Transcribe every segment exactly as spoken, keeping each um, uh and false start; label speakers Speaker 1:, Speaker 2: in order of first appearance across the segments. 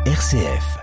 Speaker 1: R C F.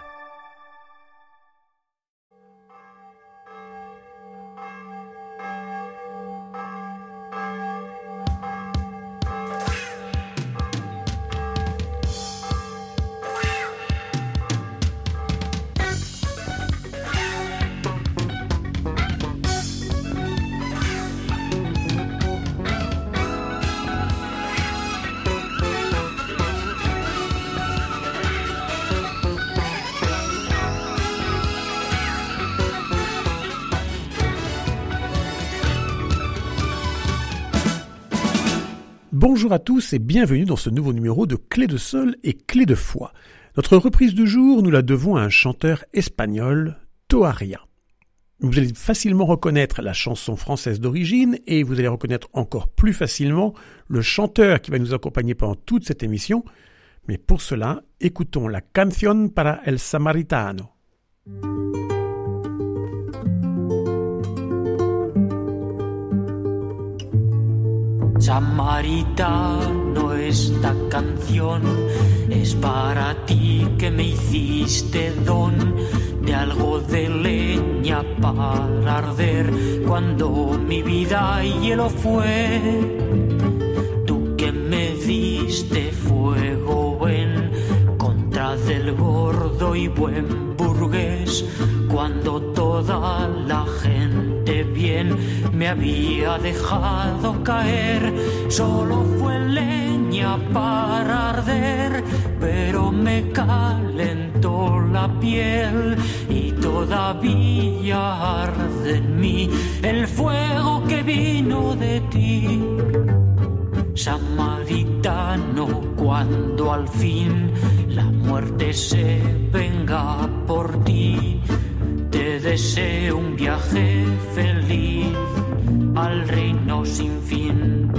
Speaker 1: Bonjour à tous et bienvenue dans ce nouveau numéro de Clé de Sol et Clé de Foi. Notre reprise du jour, nous la devons à un chanteur espagnol, Toaria. Vous allez facilement reconnaître la chanson française d'origine et vous allez reconnaître encore plus facilement le chanteur qui va nous accompagner pendant toute cette émission. Mais pour cela, écoutons la Canción para el Samaritano.
Speaker 2: Samaritano, esta canción es para ti que me hiciste don de algo de leña para arder cuando mi vida hielo fue. Tú que me diste fuego en contra del gordo y buen burgués cuando toda la gente bien me había dejado caer, solo fue leña para arder, pero me calentó la piel y todavía arde en mí el fuego que vino de ti. Samaritano, cuando al fin la muerte se venga por ti, te deseo un viaje feliz al reino sin fin.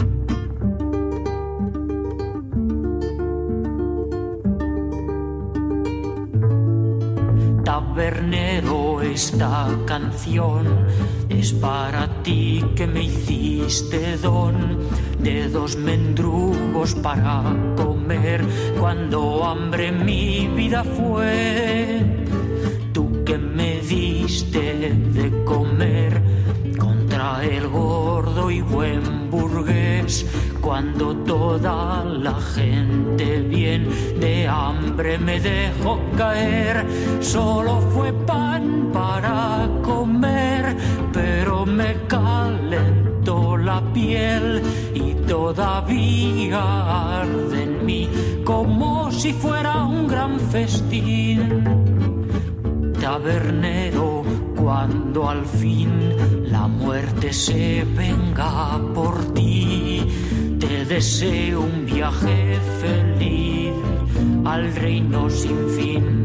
Speaker 2: Tabernero, esta canción es para ti que me hiciste don de dos mendrugos para comer cuando hambre mi vida fue. Tú que me diste de comer contra el gordo y buen burgués cuando toda la gente bien de hambre me dejó caer, solo fue pan para comer, pero me calentó la piel y todavía arde en mí como si fuera un gran festín. Tabernero, cuando al fin la muerte se venga por ti, te deseo un viaje feliz al reino sin fin.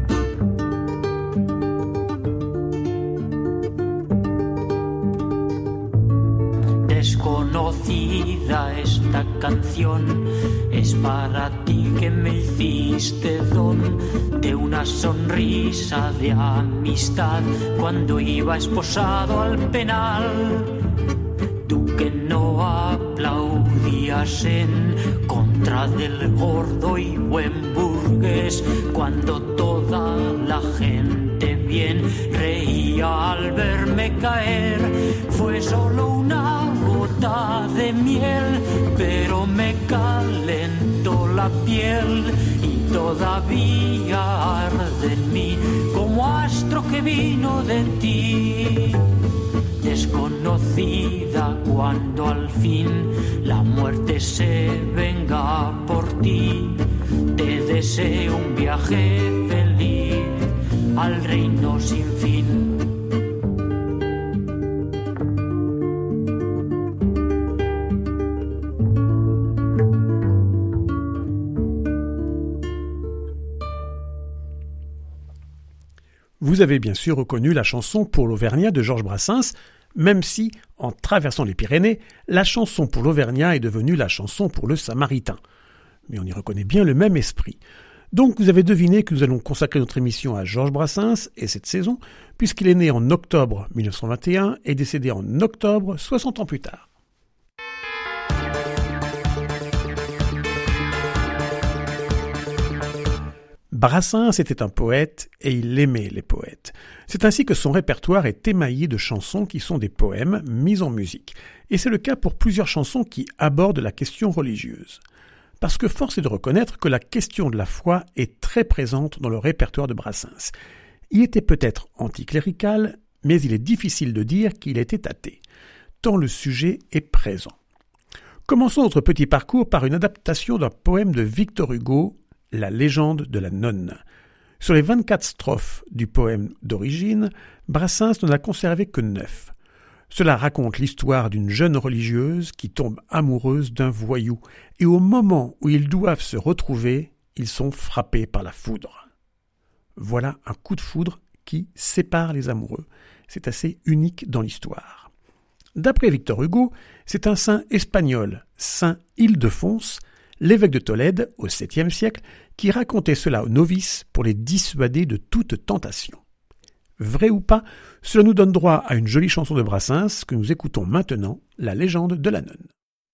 Speaker 2: Desconocida esta canción es para ti que me hiciste don de una sonrisa de amistad cuando iba esposado al penal. Tú que no aplaudías en contra del gordo y buen burgués cuando toda la gente bien reía al verme caer, fue solo una gota de miel, pero me calentó la piel y todavía arde en mí como astro que vino de ti. Desconocida, cuando al fin la muerte se venga por ti, te deseo un viaje feliz al reino sin fin.
Speaker 1: Vous avez bien sûr reconnu la chanson Pour l'Auvergnat de Georges Brassens, même si, en traversant les Pyrénées, la chanson pour l'Auvergnat est devenue la chanson pour le Samaritain. Mais on y reconnaît bien le même esprit. Donc vous avez deviné que nous allons consacrer notre émission à Georges Brassens et cette saison, puisqu'il est né en octobre mille neuf cent vingt et un et décédé en octobre soixante ans plus tard. Brassens était un poète et il aimait les poètes. C'est ainsi que son répertoire est émaillé de chansons qui sont des poèmes mis en musique. Et c'est le cas pour plusieurs chansons qui abordent la question religieuse. Parce que force est de reconnaître que la question de la foi est très présente dans le répertoire de Brassens. Il était peut-être anticlérical, mais il est difficile de dire qu'il était athée, tant le sujet est présent. Commençons notre petit parcours par une adaptation d'un poème de Victor Hugo, La légende de la nonne. Sur les vingt-quatre strophes du poème d'origine, Brassens n'en a conservé que neuf. Cela raconte l'histoire d'une jeune religieuse qui tombe amoureuse d'un voyou, et au moment où ils doivent se retrouver, ils sont frappés par la foudre. Voilà un coup de foudre qui sépare les amoureux. C'est assez unique dans l'histoire. D'après Victor Hugo, c'est un saint espagnol, saint Ildefonse, l'évêque de Tolède au septième siècle, qui racontait cela aux novices pour les dissuader de toute tentation. Vrai ou pas, cela nous donne droit à une jolie chanson de Brassens que nous écoutons maintenant, La légende de la nonne.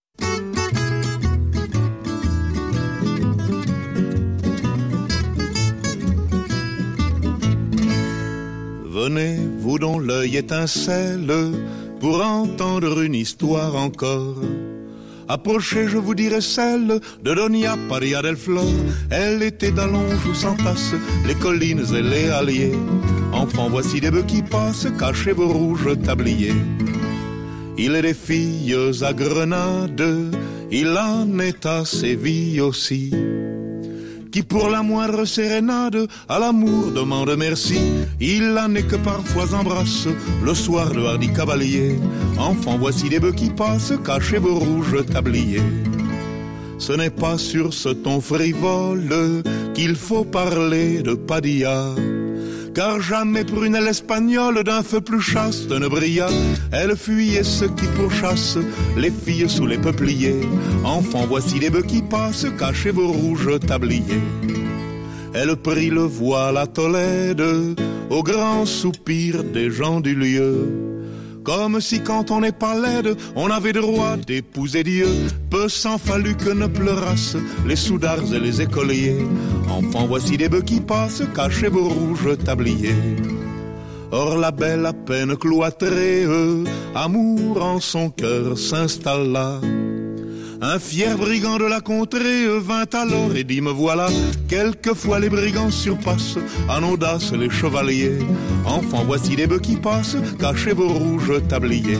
Speaker 3: Venez, vous dont l'œil étincelle, pour entendre une histoire encore. Approchez, je vous dirai celle de Doña Maria del Flor. Elle était d'Allonge où s'entassent les collines et les halliers. Enfants, voici des bœufs qui passent, cachez vos rouges tabliers. Il est des filles à Grenade, il en est à Séville aussi, qui pour la moindre sérénade à l'amour demande merci. Il en est que parfois embrasse le soir de hardi cavalier. Enfants, voici des bœufs qui passent, cachez vos rouges tabliers. Ce n'est pas sur ce ton frivole qu'il faut parler de Padilla, car jamais prunelle espagnole d'un feu plus chaste ne brilla. Elle fuyait ceux qui pourchassent les filles sous les peupliers. Enfants, voici des bœufs qui passent, cachez vos rouges tabliers. Elle prit le voile à Tolède au grand soupir des gens du lieu, comme si quand on n'est pas laide, on avait droit d'épouser Dieu. Peu s'en fallut que ne pleurassent les soudards et les écoliers. Enfants, voici des bœufs qui passent, cachez vos rouges tabliers. Or la belle à peine cloîtrée, amour en son cœur s'installa. Un fier brigand de la contrée vint alors et dit me voilà. Quelquefois les brigands surpassent en audace les chevaliers. Enfants, voici des bœufs qui passent, cachez vos rouges tabliers.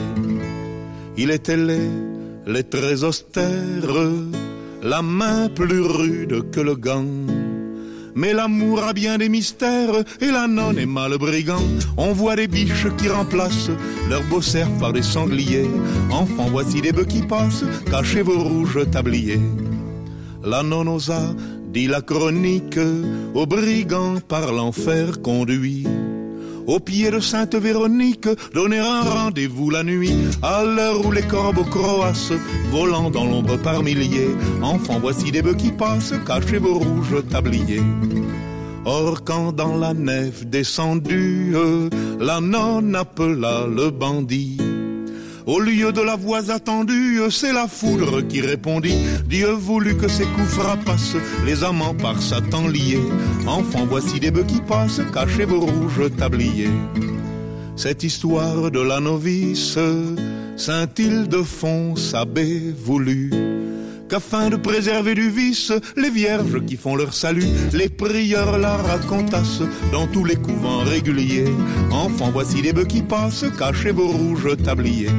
Speaker 3: Il était laid, les traits austères, la main plus rude que le gant. Mais l'amour a bien des mystères et la nonne est mal brigand. On voit des biches qui remplacent leurs beaux cerfs par des sangliers. Enfants, voici des bœufs qui passent, cachez vos rouges tabliers. La nonne osa, dit la chronique, aux brigands par l'enfer conduit. Au pied de Sainte Véronique, donner un rendez-vous la nuit, à l'heure où les corbeaux croassent, volant dans l'ombre par milliers. Enfants, voici des bœufs qui passent, cachez vos rouges tabliers. Or quand dans la nef descendue, la nonne appela le bandit, au lieu de la voix attendue, c'est la foudre qui répondit. Dieu voulut que ses coups frappassent les amants par Satan liés. Enfants, voici des bœufs qui passent, cachez vos rouges tabliers. Cette histoire de la novice, Saint Ildefonse abbé voulut qu'afin de préserver du vice les vierges qui font leur salut, les prieurs la racontassent dans tous les couvents réguliers. Enfants, voici des bœufs qui passent, cachez vos rouges tabliers.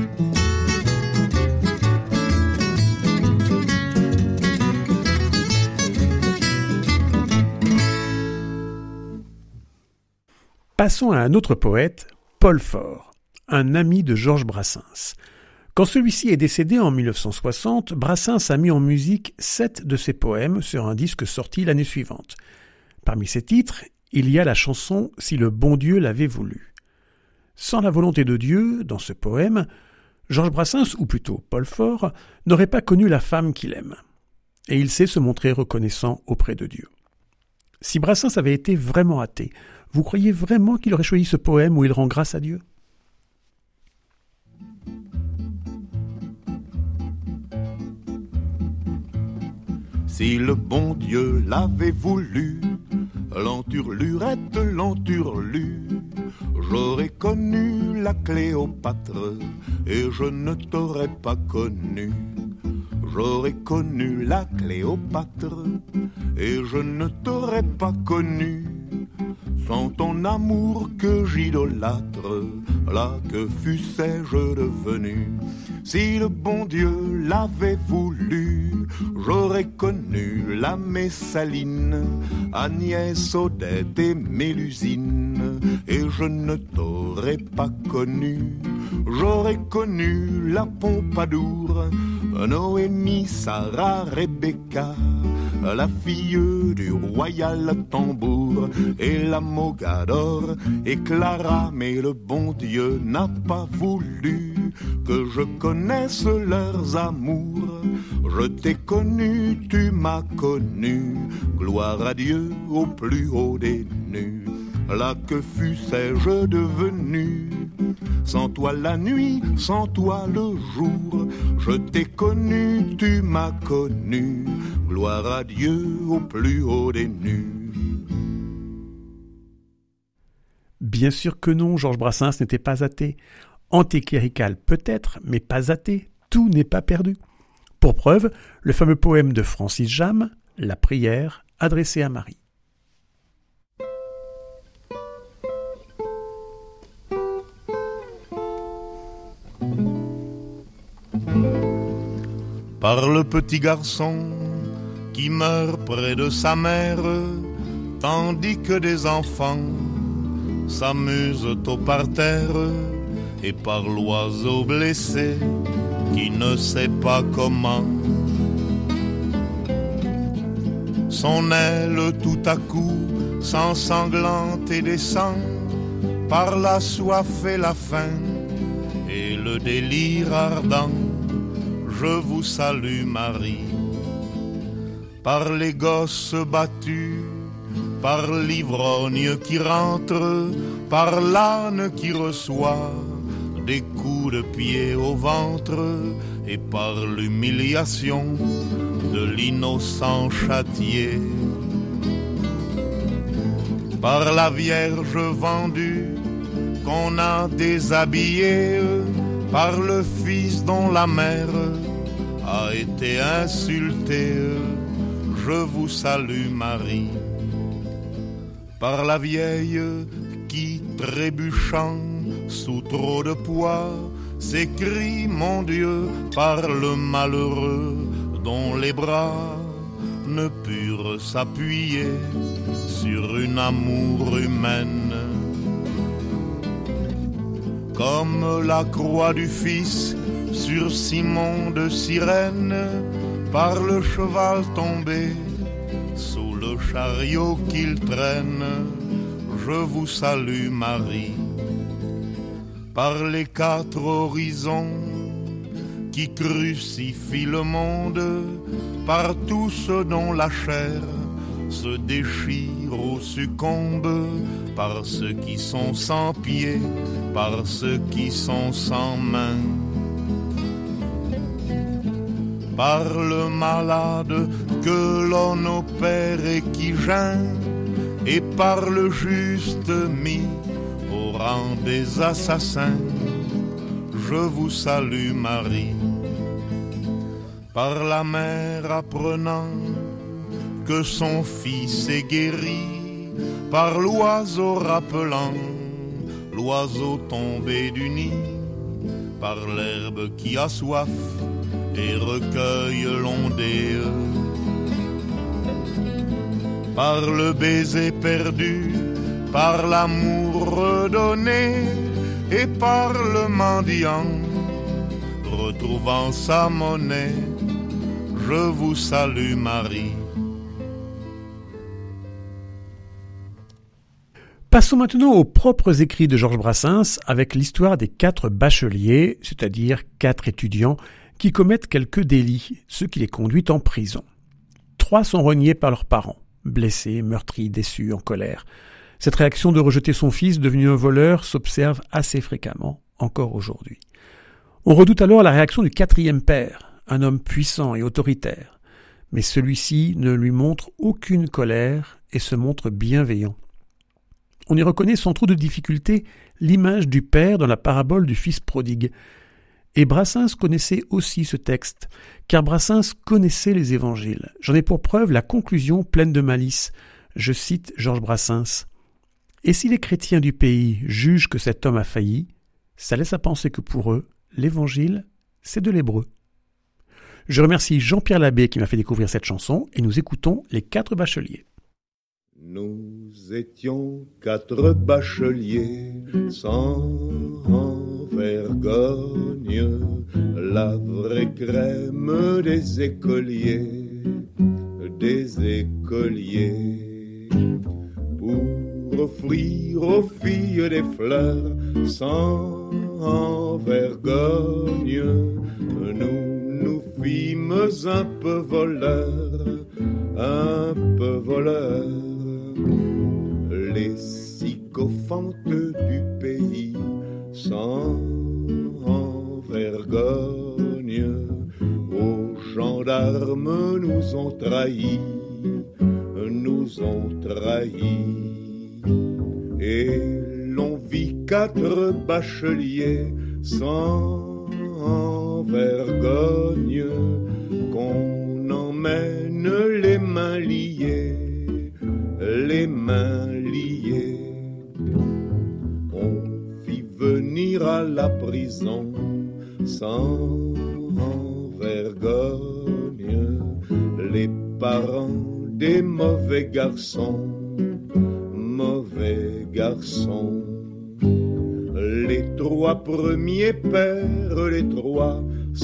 Speaker 1: Passons à un autre poète, Paul Fort, un ami de Georges Brassens. Quand celui-ci est décédé en mille neuf cent soixante, Brassens a mis en musique sept de ses poèmes sur un disque sorti l'année suivante. Parmi ces titres, il y a la chanson « Si le bon Dieu l'avait voulu ». Sans la volonté de Dieu, dans ce poème, Georges Brassens, ou plutôt Paul Fort, n'aurait pas connu la femme qu'il aime. Et il sait se montrer reconnaissant auprès de Dieu. Si Brassens avait été vraiment athée, vous croyez vraiment qu'il aurait choisi ce poème où il rend grâce à Dieu ?
Speaker 3: Si le bon Dieu l'avait voulu, l'enturlurette, l'enturlu. J'aurais connu la Cléopâtre et je ne t'aurais pas connu. J'aurais connu la Cléopâtre et je ne t'aurais pas connu. Sans ton amour que j'idolâtre, là que fussais-je devenu? Si le bon Dieu l'avait voulu, j'aurais connu la Messaline, Agnès, Odette et Mélusine, et je ne t'aurais pas connu. J'aurais connu la Pompadour, Noémie, Sarah, Rebecca, la fille du royal tambour, et la Mogador et Clara, mais le bon Dieu n'a pas voulu que je connaisse leurs amours. Je t'ai connu, tu m'as connu, gloire à Dieu au plus haut des nus. Là que fussais-je devenu? Sans toi la nuit, sans toi le jour, je t'ai connu, tu m'as connu, gloire à Dieu au plus haut des nus.
Speaker 1: Bien sûr que non, Georges Brassens n'était pas athée. Anticlérical peut-être, mais pas athée. Tout n'est pas perdu. Pour preuve, le fameux poème de Francis Jammes, La prière adressée à Marie.
Speaker 3: Par le petit garçon qui meurt près de sa mère, tandis que des enfants s'amusent au parterre, et par l'oiseau blessé qui ne sait pas comment. Son aile tout à coup s'ensanglante et descend par la soif et la faim et le délire ardent. Je vous salue Marie. Par les gosses battus, par l'ivrogne qui rentre, par l'âne qui reçoit des coups de pied au ventre, et par l'humiliation de l'innocent châtié. Par la Vierge vendue qu'on a déshabillée, par le Fils dont la mère a été insultée, je vous salue Marie. Par la vieille qui, trébuchant sous trop de poids, s'écrie mon Dieu, par le malheureux dont les bras ne purent s'appuyer sur une amour humaine. Comme la croix du Fils sur Simon de Cyrène, par le cheval tombé sous le chariot qu'il traîne, je vous salue Marie. Par les quatre horizons qui crucifient le monde, par tous ceux dont la chair se déchire ou succombe, par ceux qui sont sans pieds, par ceux qui sont sans mains, par le malade que l'on opère et qui geint, et par le juste mis au rang des assassins, je vous salue Marie. Par la mère apprenant que son fils est guéri, par l'oiseau rappelant l'oiseau tombé du nid, par l'herbe qui a soif et recueille l'ondée, par le baiser perdu, par l'amour redonné, et par le mendiant retrouvant sa monnaie, je vous salue Marie.
Speaker 1: Passons maintenant aux propres écrits de Georges Brassens avec l'histoire des quatre bacheliers, c'est-à-dire quatre étudiants qui commettent quelques délits, ce qui les conduit en prison. Trois sont reniés par leurs parents, blessés, meurtris, déçus, en colère. Cette réaction de rejeter son fils devenu un voleur s'observe assez fréquemment, encore aujourd'hui. On redoute alors la réaction du quatrième père, un homme puissant et autoritaire. Mais celui-ci ne lui montre aucune colère et se montre bienveillant. On y reconnaît sans trop de difficulté l'image du père dans la parabole du fils prodigue. Et Brassens connaissait aussi ce texte, car Brassens connaissait les évangiles. J'en ai pour preuve la conclusion pleine de malice. Je cite Georges Brassens. « Et si les chrétiens du pays jugent que cet homme a failli, ça laisse à penser que pour eux, l'évangile, c'est de l'hébreu. » Je remercie Jean-Pierre Labbé qui m'a fait découvrir cette chanson et nous écoutons Les Quatre Bacheliers.
Speaker 3: Nous étions quatre bacheliers sans vergogne, la vraie crème des écoliers, des écoliers. Pour offrir aux filles des fleurs sans vergogne, nous nous fîmes un peu voleurs, un peu voleurs. Les sycophantes du pays sans vergogne, aux gendarmes nous ont trahis, nous ont trahis. Et l'on vit quatre bacheliers sans vergogne qu'on emmène les mains liées, les mains liées. On fit venir à la prison sans vergogne les parents des mauvais garçons, mauvais garçons. Les trois premiers pères, les trois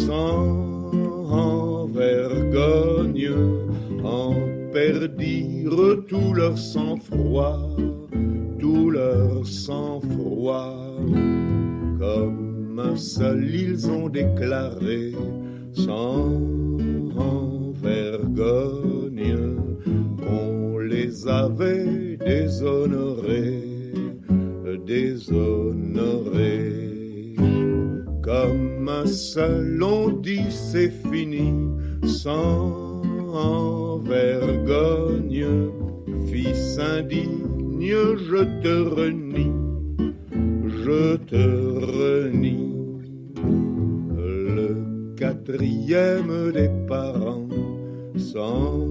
Speaker 3: sans vergogne, en perdirent tout leur sang-froid, tout leur sang-froid. Comme un seul ils ont déclaré sans vergogne qu'on les avait déshonorés, déshonorés. Comme un seul on dit c'est fini sans vergogne, fils indigne, je te renie, je te renie. Le quatrième des parents sans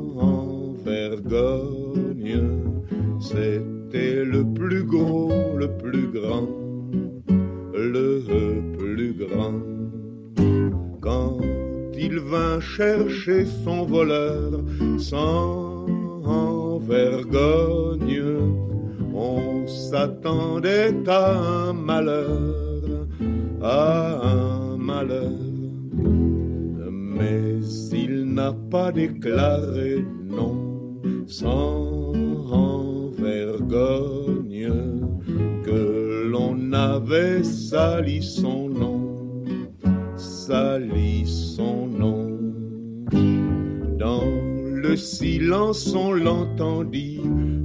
Speaker 3: vergogne, c'était le plus gros, le plus grand, le plus grand. Quand il vint chercher son voleur sans vergogne, on s'attendait à un malheur, à un malheur. Mais il n'a pas déclaré non sans vergogne que l'on avait sali son nom, sali son nom. Dans le silence on l'entendit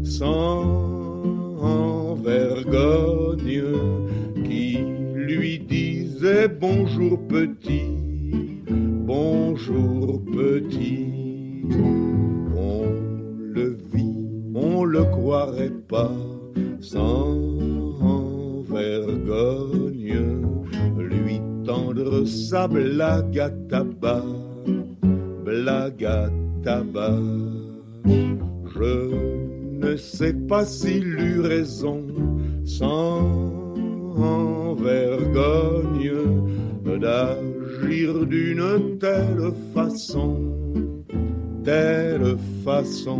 Speaker 3: sans vergogne qui lui disait bonjour petit, bonjour petit. On le vit, on le croirait pas sans vergogne lui tendre sa blague à tabac, blague à tabac. Je ne sais pas s'il eut raison sans vergogne d'agir d'une telle façon, telle façon.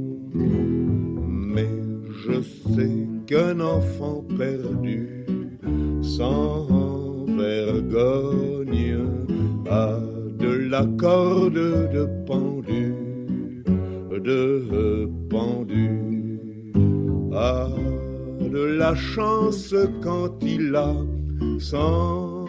Speaker 3: Mais je sais qu'un enfant perdu sans vergogne a de la corde de pendu, de pendu, a de la chance quand il a sans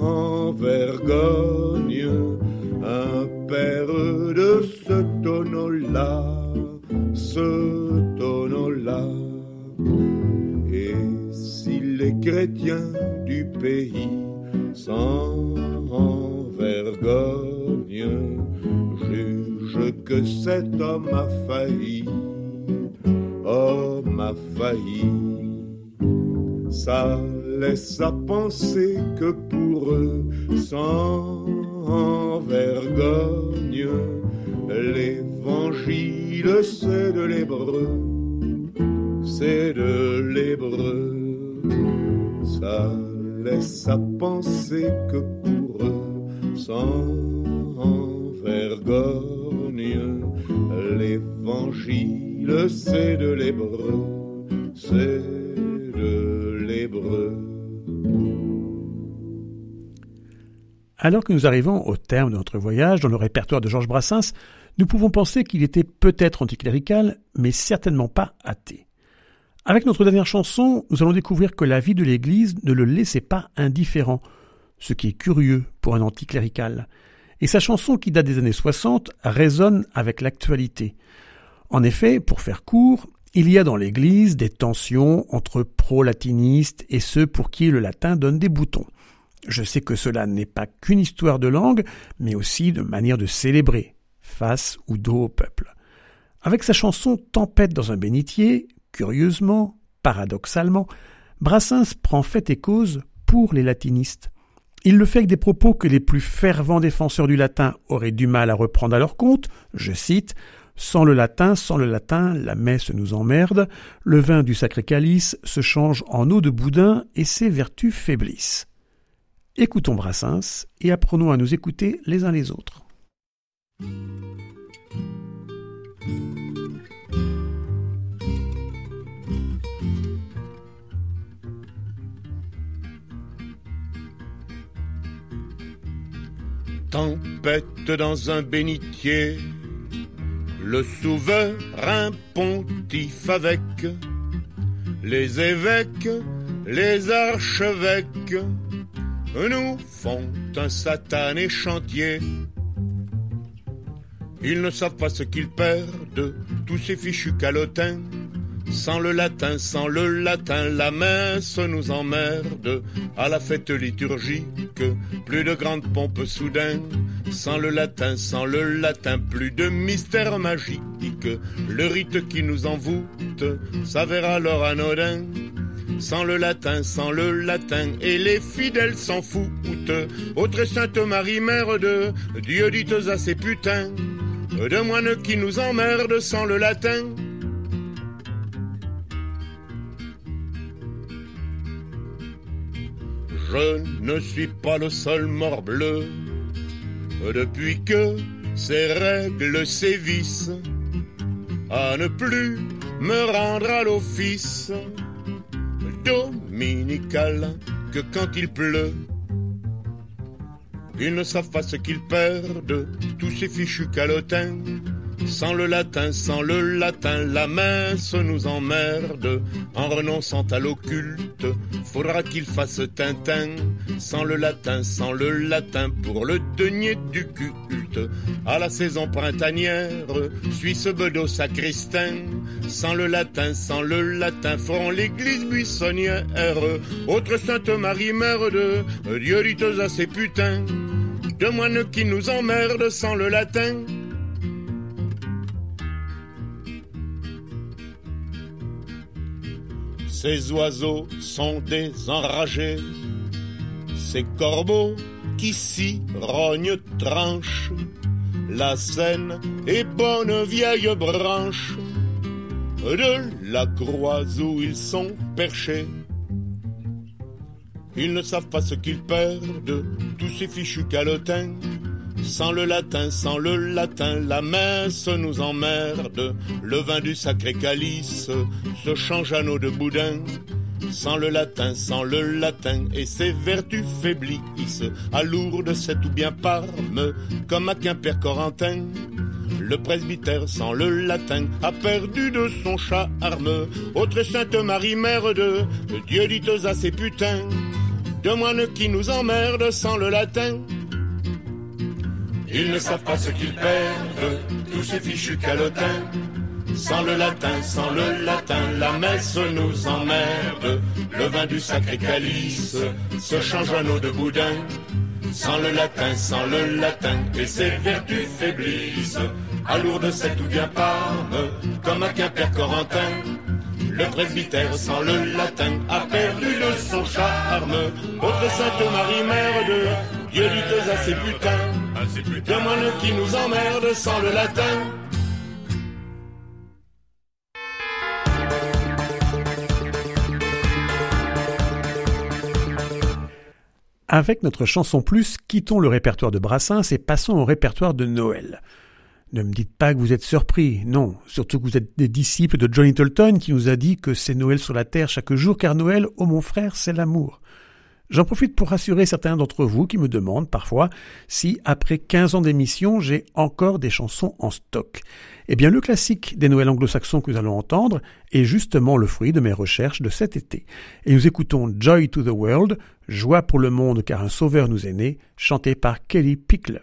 Speaker 3: vergogne un père de ce tonneau-là, ce tonneau-là. Et si les chrétiens du pays sans vergogne jugent que cet homme a failli, failli. Ça laisse à penser que pour eux, sans vergogne, l'évangile c'est de l'hébreu, c'est de l'hébreu. Ça laisse à penser que pour eux, sans vergogne, l'évangile c'est de l'hébreu, c'est de l'hébreu.
Speaker 1: Alors que nous arrivons au terme de notre voyage dans le répertoire de Georges Brassens, nous pouvons penser qu'il était peut-être anticlérical, mais certainement pas athée. Avec notre dernière chanson, nous allons découvrir que la vie de l'Église ne le laissait pas indifférent, ce qui est curieux pour un anticlérical. Et sa chanson, qui date des années soixante, résonne avec l'actualité. En effet, pour faire court, il y a dans l'Église des tensions entre pro-latinistes et ceux pour qui le latin donne des boutons. Je sais que cela n'est pas qu'une histoire de langue, mais aussi de manière de célébrer, face ou dos au peuple. Avec sa chanson « Tempête dans un bénitier », curieusement, paradoxalement, Brassens prend fait et cause pour les latinistes. Il le fait avec des propos que les plus fervents défenseurs du latin auraient du mal à reprendre à leur compte, je cite « Sans le latin, sans le latin, la messe nous emmerde, le vin du sacré calice se change en eau de boudin et ses vertus faiblissent. » Écoutons Brassens et apprenons à nous écouter les uns les autres.
Speaker 3: Tempête dans un bénitier, le souverain pontife avec les évêques, les archevêques, nous font un satané chantier. Ils ne savent pas ce qu'ils perdent, tous ces fichus calotins. Sans le latin, sans le latin, la messe nous emmerde. À la fête liturgique, plus de grandes pompes soudain. Sans le latin, sans le latin, plus de mystère magique. Le rite qui nous envoûte s'avère alors anodin. Sans le latin, sans le latin, et les fidèles s'en foutent. Autre Sainte Marie, mère de Dieu, dites à ces putains de moines qui nous emmerdent sans le latin. Je ne suis pas le seul morbleu depuis que ces règles sévissent à ne plus me rendre à l'office dominical que quand il pleut. Ils ne savent pas ce qu'ils perdent, tous ces fichus calotins. Sans le latin, sans le latin, la messe nous emmerde. En renonçant à l'occulte, faudra qu'ils fassent Tintin. Sans le latin, sans le latin, pour le denier du culte. À la saison printanière, Suisse bedeau sacristain. Sans le latin, sans le latin, feront l'église buissonnière. Autre Sainte Marie, mère de Dieu, dites à ces putains de moines qui nous emmerdent sans le latin. Ces oiseaux sont des enragés, ces corbeaux qui s'y rognent tranchent. La Seine est bonne vieille branche de la croix où ils sont perchés. Ils ne savent pas ce qu'ils perdent, tous ces fichus calotins. Sans le latin, sans le latin, la messe nous emmerde. Le vin du sacré calice se change en eau de boudin. Sans le latin, sans le latin, et ses vertus faiblissent. À Lourdes, c'est tout bien Parme, comme à Quimper-Corentin. Le presbytère sans le latin a perdu de son charme. Autre Sainte Marie, mère de Dieu, dites à ces putains de moines qui nous emmerdent sans le latin. Ils ne savent pas ce qu'ils perdent, tous ces fichus calotins. Sans le latin, sans le latin, la messe nous emmerde. Le vin du sacré calice se change en eau de boudin. Sans le latin, sans le latin, et ses vertus faiblissent. À Lourdes, c'est tout bien Parme, comme à Quimper-Corentin. Le presbytère sans le latin a perdu de son charme. Autre Sainte Marie, mère de Dieu, dites à ces putains, de moines qui nous emmerdent sans le latin.
Speaker 1: Avec notre chanson plus, quittons le répertoire de Brassens et passons au répertoire de Noël. Ne me dites pas que vous êtes surpris, non, surtout que vous êtes des disciples de John Littleton qui nous a dit que c'est Noël sur la terre chaque jour, car Noël, ô mon frère, c'est l'amour. J'en profite pour rassurer certains d'entre vous qui me demandent parfois si, après quinze ans d'émission, j'ai encore des chansons en stock. Eh bien, le classique des Noëls anglo-saxons que nous allons entendre est justement le fruit de mes recherches de cet été. Et nous écoutons Joy to the World, Joie pour le monde car un sauveur nous est né, chanté par Kelly Pickler.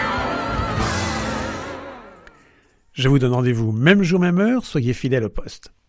Speaker 1: Je vous donne rendez-vous même jour, même heure, soyez fidèles au poste.